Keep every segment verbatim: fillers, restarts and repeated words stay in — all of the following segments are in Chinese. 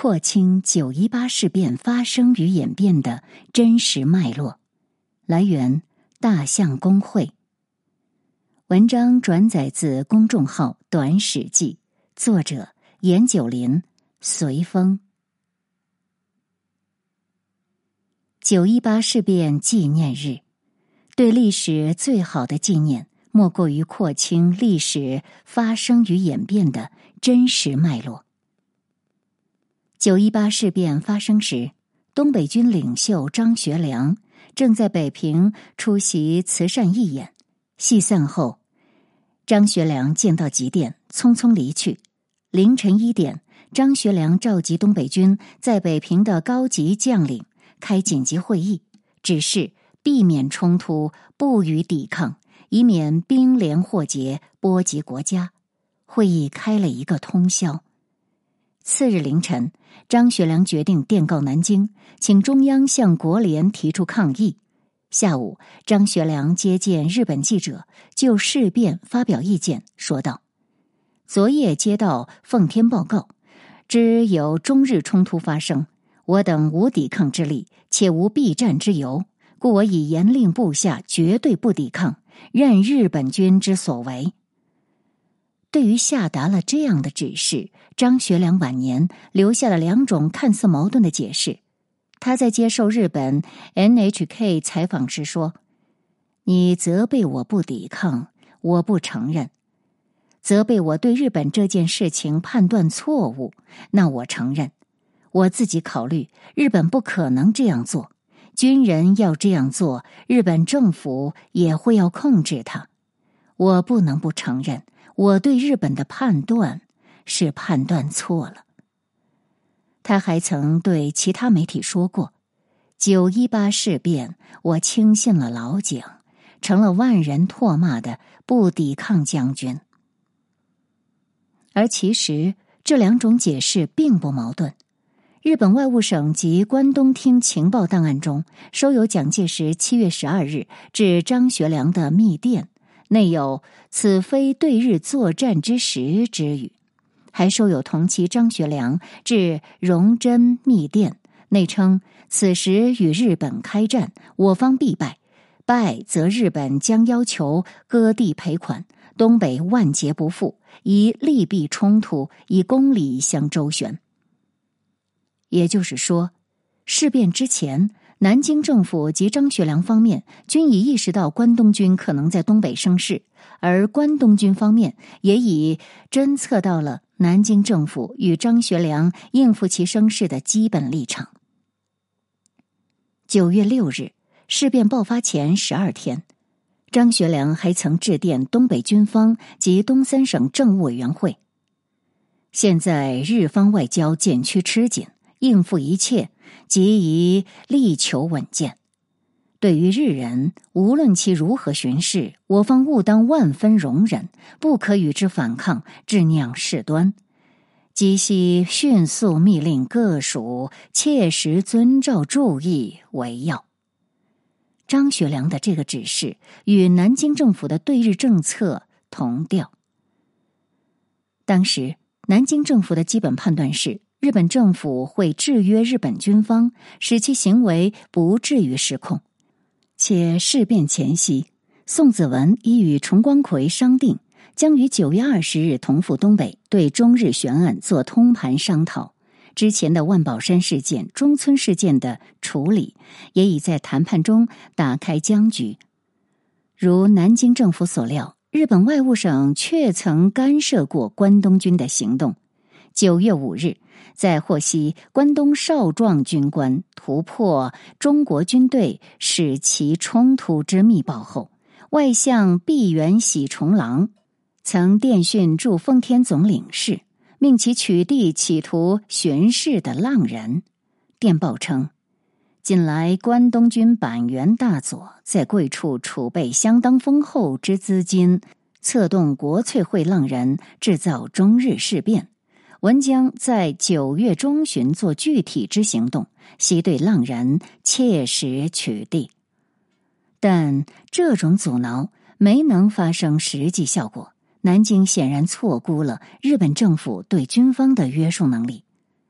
廓清九一八事变发生与演变的真实脉络。来源：大象公会。文章转载自公众号短史记，作者严九林、随风。九一八事变纪念日，对历史最好的纪念，莫过于廓清历史发生与演变的真实脉络。九一八事变发生时，东北军领袖张学良正在北平出席慈善义演。戏散后，张学良见到急电，匆匆离去。凌晨一点，张学良召集东北军在北平的高级将领开紧急会议，指示避免冲突，不予抵抗，以免兵连祸结，波及国家。会议开了一个通宵。次日凌晨，张学良决定电告南京，请中央向国联提出抗议。下午，张学良接见日本记者，就事变发表意见，说道：昨夜接到奉天报告，知有中日冲突发生，我等无抵抗之力，且无避战之由，故我已严令部下绝对不抵抗，任日本军之所为。对于下达了这样的指示，张学良晚年留下了两种看似矛盾的解释。他在接受日本 N H K 采访时说：你责备我不抵抗，我不承认；责备我对日本这件事情判断错误，那我承认。我自己考虑，日本不可能这样做，军人要这样做，日本政府也会要控制他。我不能不承认，我对日本的判断是判断错了。他还曾对其他媒体说过：九一八事变，我轻信了老蒋，成了万人唾骂的不抵抗将军。而其实这两种解释并不矛盾。日本外务省及关东厅情报档案中收有蒋介石七月十二日致张学良的密电，内有此非对日作战之时之语，还收有同期张学良致荣臻密电，内称此时与日本开战，我方必败，败则日本将要求割地赔款，东北万劫不复，以利弊冲突，以公理相周旋。也就是说，事变之前，南京政府及张学良方面均已意识到关东军可能在东北生事，而关东军方面也已侦测到了南京政府与张学良应付其生事的基本立场。九月六日，事变爆发前十二天，张学良还曾致电东北军方及东三省政务委员会。现在日方外交渐趋吃紧，应付一切即宜力求稳健。对于日人，无论其如何巡视，我方务当万分容忍，不可与之反抗，致酿事端。即悉迅速密令各属切实遵照注意为要。张学良的这个指示与南京政府的对日政策同调。当时南京政府的基本判断是，日本政府会制约日本军方，使其行为不至于失控。且事变前夕，宋子文已与重光葵商定，将于九月二十日同赴东北，对中日悬案做通盘商讨。之前的万宝山事件、中村事件的处理，也已在谈判中打开僵局。如南京政府所料，日本外务省确曾干涉过关东军的行动。九月五日，在获悉关东少壮军官突破中国军队使其冲突之密报后，外相毕原喜重郎曾电讯驻丰田总领事，命其取缔企图巡视的浪人。电报称，近来关东军板垣大佐在贵处储备相当丰厚之资金，策动国粹会浪人制造中日事变，文将在九月中旬做具体之行动，悉对浪人切实取缔。但这种阻挠没能发生实际效果，南京显然错估了日本政府对军方的约束能力。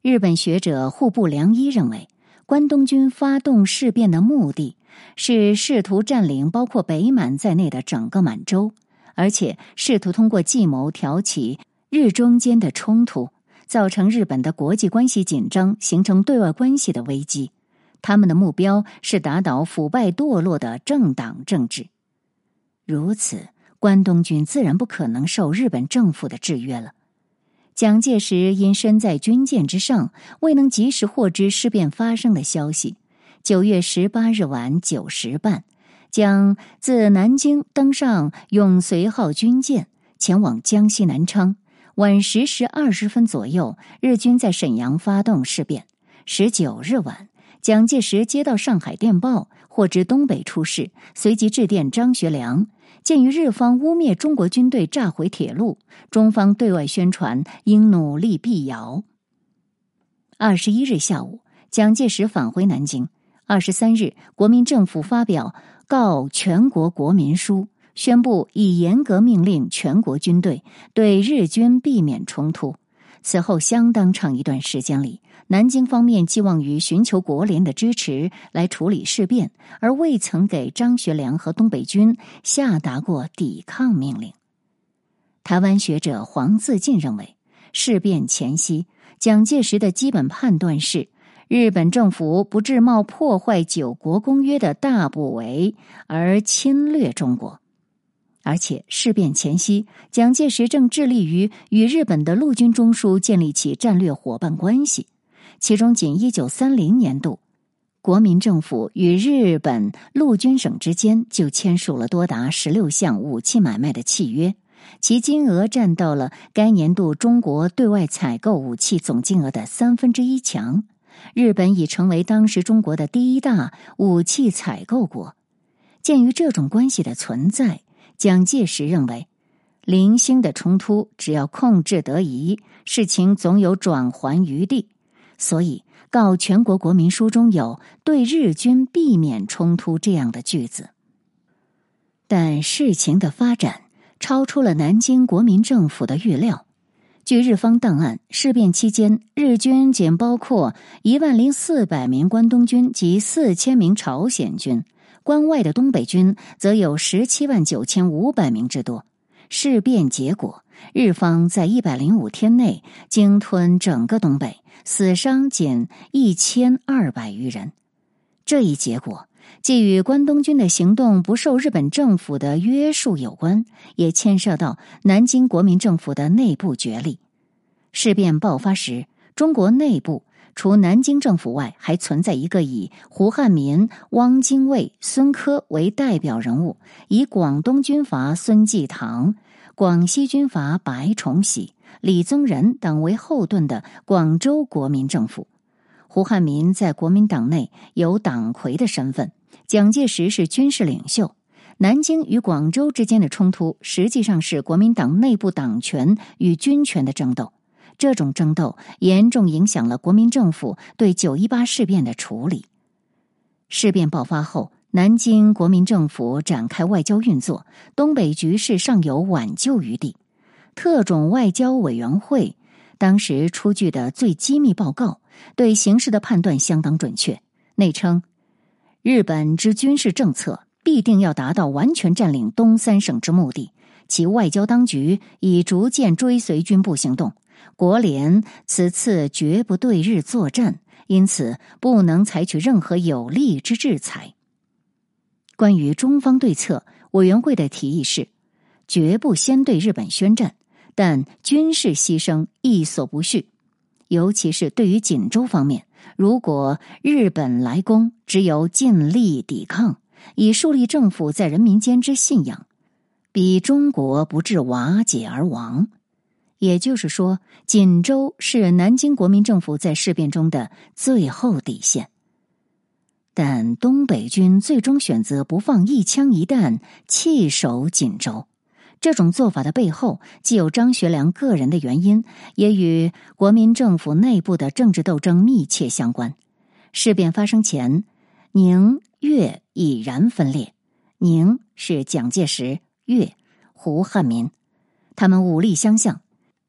日本学者户部良一认为，关东军发动事变的目的是试图占领包括北满在内的整个满洲，而且试图通过计谋挑起日中间的冲突，造成日本的国际关系紧张，形成对外关系的危机。他们的目标是打倒腐败堕落的政党政治。如此，关东军自然不可能受日本政府的制约了。蒋介石因身在军舰之上，未能及时获知事变发生的消息。九月十八日晚九时半，将自南京登上永绥号军舰，前往江西南昌。晚十时二十分左右，日军在沈阳发动事变。十九日晚，蒋介石接到上海电报，获知东北出事，随即致电张学良。鉴于日方污蔑中国军队炸毁铁路，中方对外宣传应努力辟谣。二十一日下午，蒋介石返回南京。二十三日，国民政府发表告全国国民书，宣布已严格命令全国军队对日军避免冲突。此后相当长一段时间里，南京方面寄望于寻求国联的支持来处理事变，而未曾给张学良和东北军下达过抵抗命令。台湾学者黄自进认为，事变前夕，蒋介石的基本判断是，日本政府不致冒破坏九国公约的大不韪而侵略中国。而且事变前夕，蒋介石正致力于与日本的陆军中枢建立起战略伙伴关系，其中仅一九三零年度，国民政府与日本陆军省之间就签署了多达十六项武器买卖的契约，其金额占到了该年度中国对外采购武器总金额的三分之一强。日本已成为当时中国的第一大武器采购国。鉴于这种关系的存在，蒋介石认为，零星的冲突只要控制得宜，事情总有转圜余地。所以，告全国国民书中有对日军避免冲突这样的句子。但事情的发展超出了南京国民政府的预料。据日方档案，事变期间，日军仅包括一万零四百名关东军及四千名朝鲜军，关外的东北军则有十七万九千五百名之多。事变结果，日方在一百零五天内鲸吞整个东北，死伤仅一千二百余人。这一结果既与关东军的行动不受日本政府的约束有关，也牵涉到南京国民政府的内部角力。事变爆发时，中国内部除南京政府外，还存在一个以胡汉民、汪精卫、孙科为代表人物，以广东军阀孙继堂、广西军阀白崇禧、李宗仁等为后盾的广州国民政府。胡汉民在国民党内有党魁的身份，蒋介石是军事领袖。南京与广州之间的冲突实际上是国民党内部党权与军权的争斗，这种争斗严重影响了国民政府对九一八事变的处理。事变爆发后，南京国民政府展开外交运作，东北局势尚有挽救余地。特种外交委员会当时出具的最机密报告对形势的判断相当准确，内称日本之军事政策必定要达到完全占领东三省之目的，其外交当局已逐渐追随军部行动，国联此次绝不对日作战，因此不能采取任何有力之制裁。关于中方对策，委员会的提议是绝不先对日本宣战，但军事牺牲亦所不恤。尤其是对于锦州方面，如果日本来攻，只有尽力抵抗，以树立政府在人民间之信仰，比中国不致瓦解而亡。也就是说，锦州是南京国民政府在事变中的最后底线。但东北军最终选择不放一枪一弹，弃守锦州。这种做法的背后，既有张学良个人的原因，也与国民政府内部的政治斗争密切相关。事变发生前，宁粤已然分裂。宁是蒋介石，粤胡汉民，他们武力相向。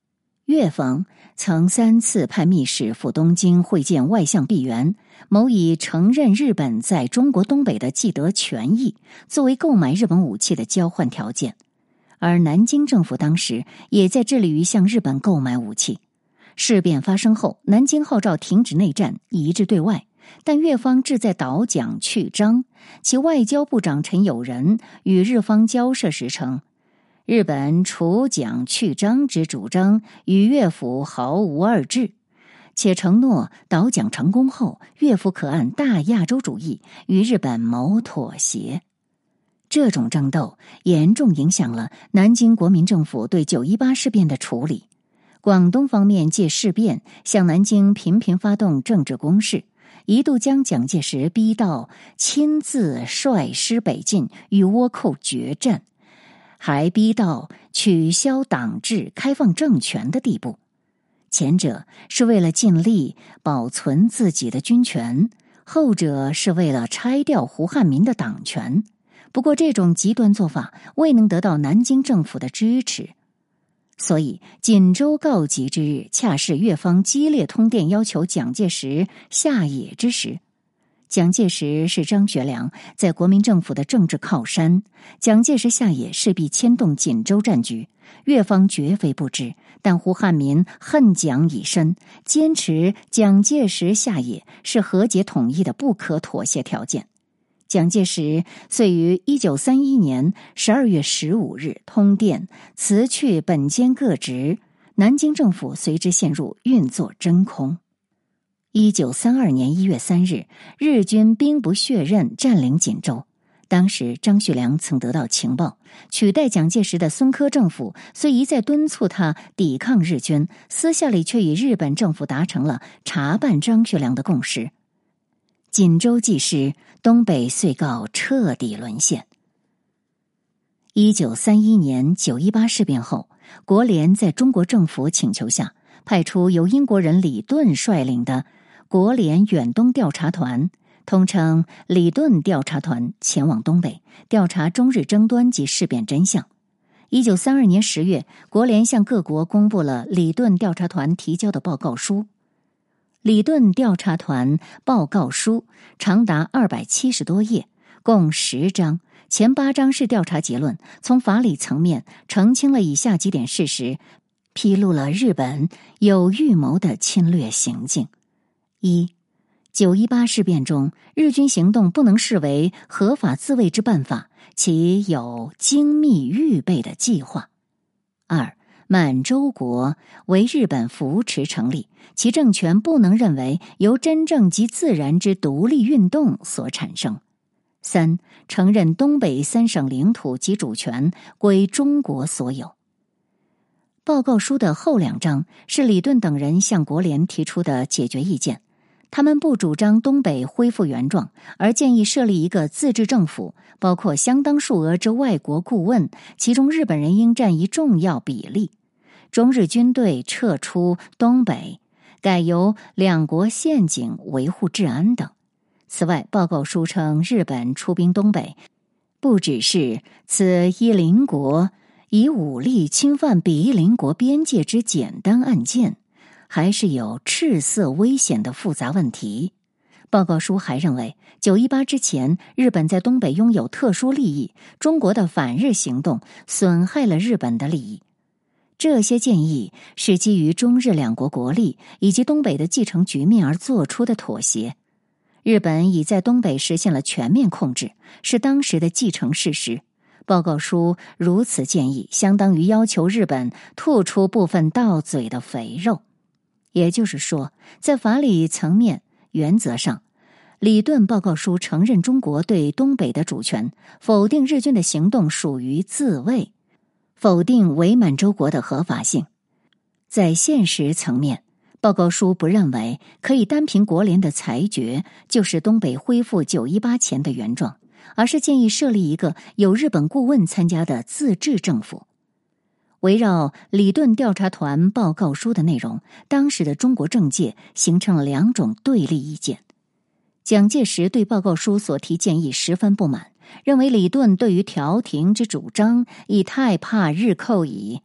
越方曾三次派密使赴东京会见外相毕原，谋以承认日本在中国东北的既得权益，作为购买日本武器的交换条件。而南京政府当时也在致力于向日本购买武器。事变发生后，南京号召停止内战，一致对外，但越方志在倒蒋去张。其外交部长陈友仁与日方交涉时称，日本除蒋去张之主张与越府毫无二致，且承诺倒蒋成功后，越府可按大亚洲主义与日本谋妥协。这种争斗严重影响了南京国民政府对九一八事变的处理。广东方面借事变向南京频频发动政治攻势，一度将蒋介石逼到亲自率师北进与倭寇决战，还逼到取消党制、开放政权的地步。前者是为了尽力保存自己的军权，后者是为了拆掉胡汉民的党权。不过这种极端做法未能得到南京政府的支持，所以锦州告急之日，恰是越方激烈通电要求蒋介石下野之时。蒋介石是张学良在国民政府的政治靠山，蒋介石下野势必牵动锦州战局，越方绝非不知，但胡汉民恨蒋已深，坚持蒋介石下野是和解统一的不可妥协条件。蒋介石遂于一九三一年十二月十五日通电辞去本兼各职，南京政府随之陷入运作真空。一九三二年一月三日，日军兵不血刃占领锦州。当时张学良曾得到情报，取代蒋介石的孙科政府虽一再敦促他抵抗日军，私下里却与日本政府达成了查办张学良的共识。锦州既失，东北遂告彻底沦陷。一九三一年九一八事变后，国联在中国政府请求下，派出由英国人李顿率领的国联远东调查团，通称李顿调查团，前往东北调查中日争端及事变真相。一九三二年十月，国联向各国公布了李顿调查团提交的报告书。李顿调查团报告书长达二百七十多页，共十章，前八章是调查结论，从法理层面澄清了以下几点事实，披露了日本有预谋的侵略行径。一、九一八事变中，日军行动不能视为合法自卫之办法，其有精密预备的计划。二、满洲国为日本扶持成立，其政权不能认为由真正及自然之独立运动所产生。三、承认东北三省领土及主权归中国所有。报告书的后两章是李顿等人向国联提出的解决意见，他们不主张东北恢复原状，而建议设立一个自治政府，包括相当数额之外国顾问，其中日本人应占一重要比例。中日军队撤出东北，改由两国宪警维护治安等。此外，报告书称日本出兵东北，不只是此一邻国以武力侵犯彼一邻国边界之简单案件，还是有赤色危险的复杂问题。报告书还认为，九一八之前，日本在东北拥有特殊利益，中国的反日行动损害了日本的利益。这些建议是基于中日两国国力以及东北的继承局面而做出的妥协。日本已在东北实现了全面控制，是当时的既成事实。报告书如此建议，相当于要求日本吐出部分到嘴的肥肉。也就是说，在法理层面原则上，李顿报告书承认中国对东北的主权，否定日军的行动属于自卫，否定伪满洲国的合法性。在现实层面，报告书不认为可以单凭国联的裁决就使东北恢复九一八前的原状，而是建议设立一个有日本顾问参加的自治政府。围绕李顿调查团报告书的内容，当时的中国政界形成了两种对立意见。蒋介石对报告书所提建议十分不满，认为李顿对于调停之主张已太怕日寇矣。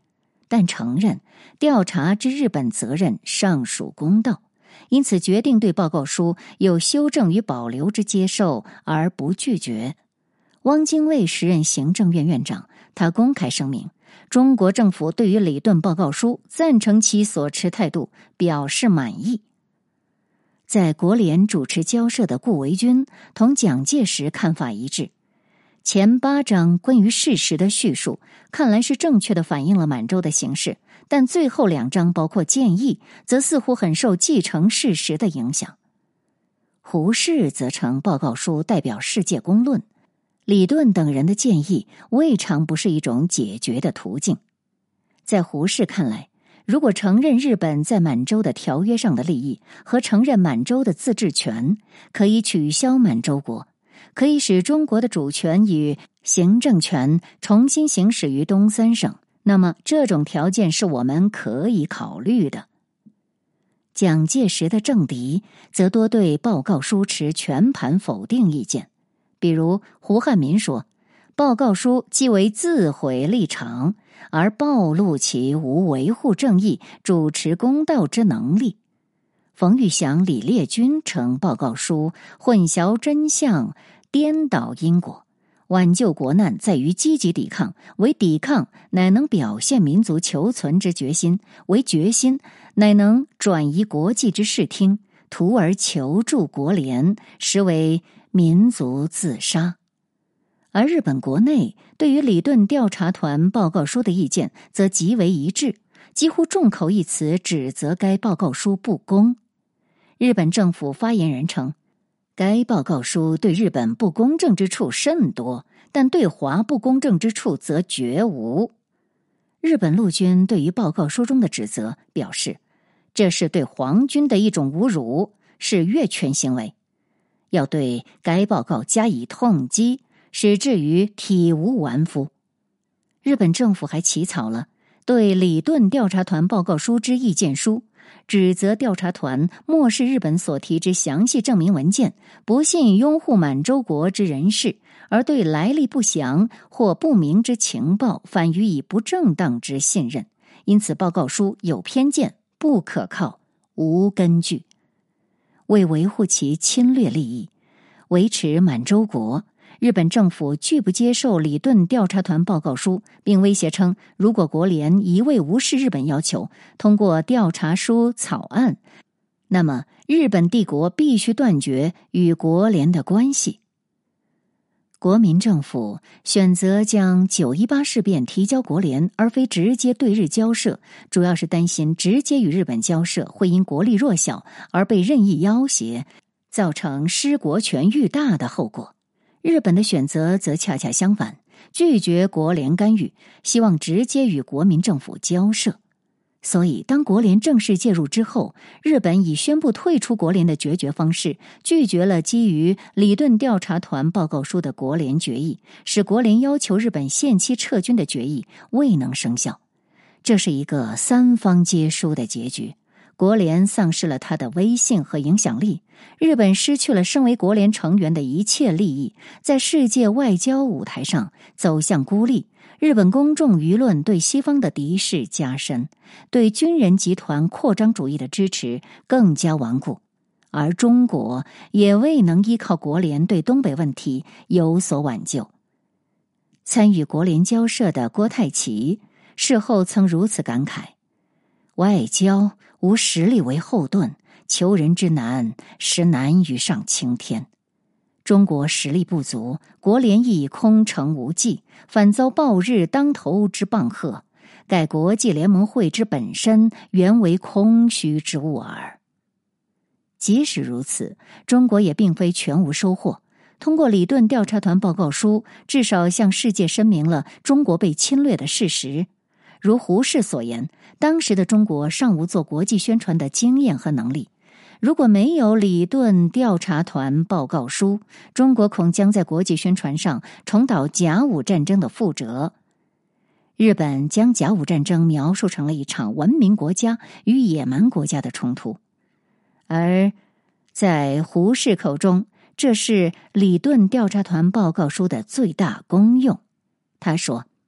但承认调查之日本责任尚属公道，因此决定对报告书有修正与保留之接受，而不拒绝。汪精卫时任行政院院长，他公开声明，中国政府对于李顿报告书赞成其所持态度，表示满意。在国联主持交涉的顾维钧同蒋介石看法一致，前八章关于事实的叙述看来是正确的反映了满洲的形势，但最后两章包括建议，则似乎很受继承事实的影响。胡适则称报告书代表世界公论，李顿等人的建议未尝不是一种解决的途径。在胡适看来，如果承认日本在满洲的条约上的利益和承认满洲的自治权，可以取消满洲国，可以使中国的主权与行政权重新行使于东三省，那么这种条件是我们可以考虑的。蒋介石的政敌则多对报告书持全盘否定意见，比如胡汉民说，报告书既为自毁立场，而暴露其无维护正义、主持公道之能力。冯玉祥、李烈钧称报告书混淆真相、颠倒因果，挽救国难在于积极抵抗，为抵抗乃能表现民族求存之决心，为决心乃能转移国际之视听，图而求助国联，实为民族自杀。而日本国内对于李顿调查团报告书的意见则极为一致，几乎众口一词指责该报告书不公。日本政府发言人称，该报告书对日本不公正之处甚多，但对华不公正之处则绝无。日本陆军对于报告书中的指责表示，这是对皇军的一种侮辱，是越权行为，要对该报告加以痛击，使至于体无完肤。日本政府还起草了对李顿调查团报告书之意见书，指责调查团漠视日本所提之详细证明文件，不信拥护满洲国之人士，而对来历不详或不明之情报反予以不正当之信任，因此报告书有偏见、不可靠、无根据。为维护其侵略利益，维持满洲国，日本政府拒不接受李顿调查团报告书，并威胁称，如果国联一味无视日本要求，通过调查书草案，那么日本帝国必须断绝与国联的关系。国民政府选择将九一八事变提交国联，而非直接对日交涉，主要是担心直接与日本交涉会因国力弱小而被任意要挟，造成失国权愈大的后果。日本的选择则恰恰相反，拒绝国联干预，希望直接与国民政府交涉。所以当国联正式介入之后，日本以宣布退出国联的决绝方式，拒绝了基于李顿调查团报告书的国联决议，使国联要求日本限期撤军的决议未能生效。这是一个三方皆输的结局，国联丧失了它的威信和影响力，日本失去了身为国联成员的一切利益，在世界外交舞台上走向孤立。日本公众舆论对西方的敌视加深，对军人集团扩张主义的支持更加顽固，而中国也未能依靠国联对东北问题有所挽救。参与国联交涉的郭泰祺事后曾如此感慨，外交无实力为后盾，求人之难，实难于上青天。中国实力不足，国联亦空城无计，反遭暴日当头之棒喝。盖国际联盟会之本身，原为空虚之物耳。即使如此，中国也并非全无收获。通过李顿调查团报告书，至少向世界申明了中国被侵略的事实。如胡适所言，当时的中国尚无做国际宣传的经验和能力。如果没有李顿调查团报告书，中国恐将在国际宣传上重蹈甲午战争的覆辙。日本将甲午战争描述成了一场文明国家与野蛮国家的冲突，而在胡适口中，这是李顿调查团报告书的最大功用。他说，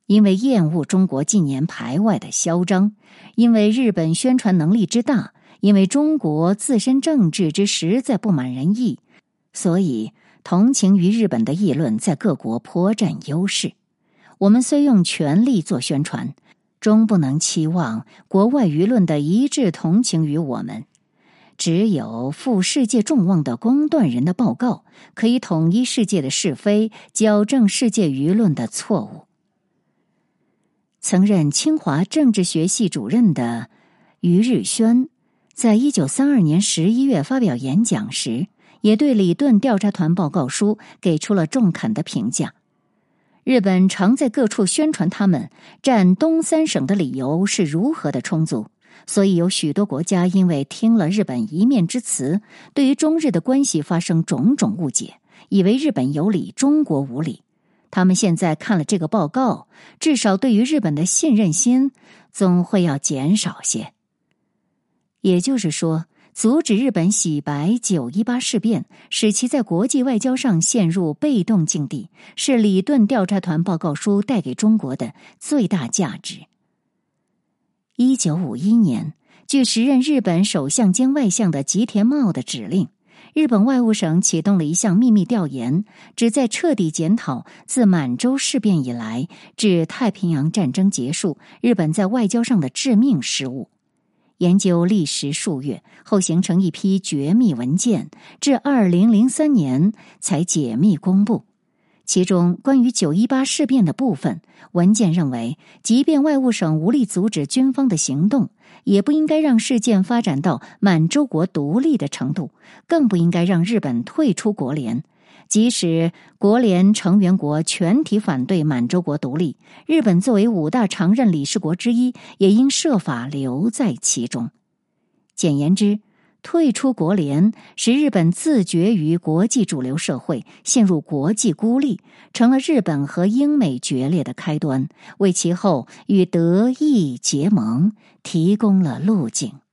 因为厌恶中国近年排外的嚣张，因为日本宣传能力之大，因为中国自身政治之实在不满人意，所以同情于日本的议论在各国颇占优势。我们虽用全力做宣传，终不能期望国外舆论的一致同情于我们。只有负世界众望的公断人的报告，可以统一世界的是非，矫正世界舆论的错误。曾任清华政治学系主任的余日宣，在一九三二年十一月发表演讲时，也对李顿调查团报告书给出了中肯的评价。日本常在各处宣传他们占东三省的理由是如何的充足，所以有许多国家因为听了日本一面之词，对于中日的关系发生种种误解，以为日本有理，中国无理。他们现在看了这个报告，至少对于日本的信任心总会要减少些。也就是说，阻止日本洗白九一八事变，使其在国际外交上陷入被动境地，是李顿调查团报告书带给中国的最大价值。一九五一年，据时任日本首相兼外相的吉田茂的指令，日本外务省启动了一项秘密调研，旨在彻底检讨自满洲事变以来至太平洋战争结束，日本在外交上的致命失误。研究历时数月后，形成一批绝密文件，至二零零三年才解密公布。其中关于九一八事变的部分，文件认为，即便外务省无力阻止军方的行动，也不应该让事件发展到满洲国独立的程度，更不应该让日本退出国联。即使国联成员国全体反对满洲国独立，日本作为五大常任理事国之一，也应设法留在其中。简言之，退出国联使日本自绝于国际主流社会，陷入国际孤立，成了日本和英美决裂的开端，为其后与德意结盟提供了路径。